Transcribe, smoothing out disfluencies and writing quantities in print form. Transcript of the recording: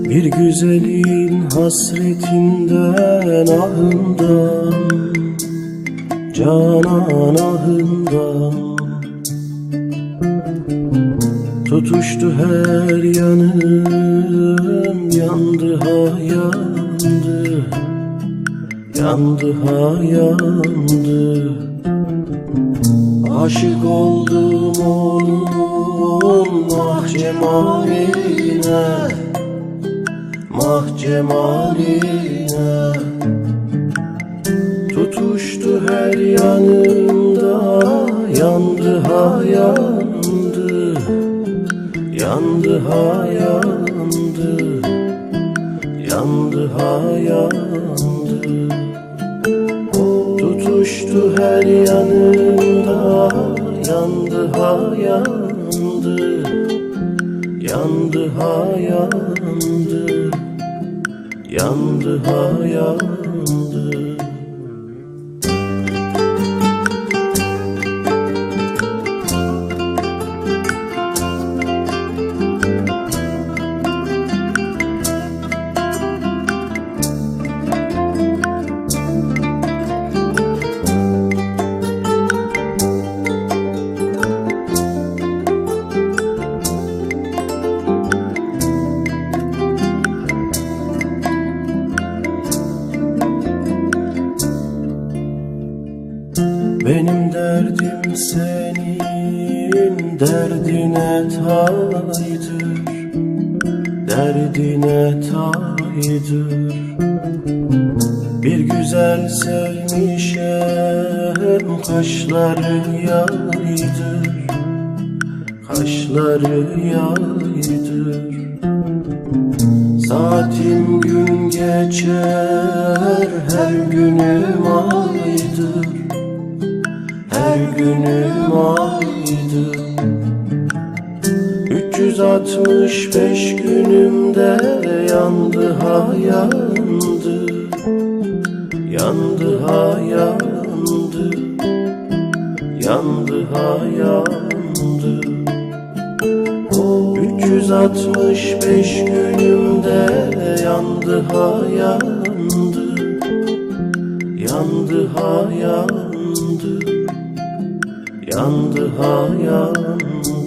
Bir güzelin hasretinden, ahından, canan ahından tutuştu her yanım, yandı ha yandı, yandı ha yandı. Aşık oldum onun mah cemaline, mah cemaline. Tutuştu her yanımda, yandı ha yandı, yandı ha yandı, yandı ha yandı. Tutuştu her yanımda, yandı ha yandı, yandı ha yandı, yandı ha yandı. Benim derdim senin derdine taydır, derdine taydır. Bir güzel sevmişem, kaşları yaydır, kaşları yaydır. Saatim gün geçer, her günüm aydır, her günüm aydı. 365 günümde yandı ha yandı, yandı ha yandı, yandı ha yandı. 365 günümde yandı ha yandı, yandı ha yandı, yandı ha yandı.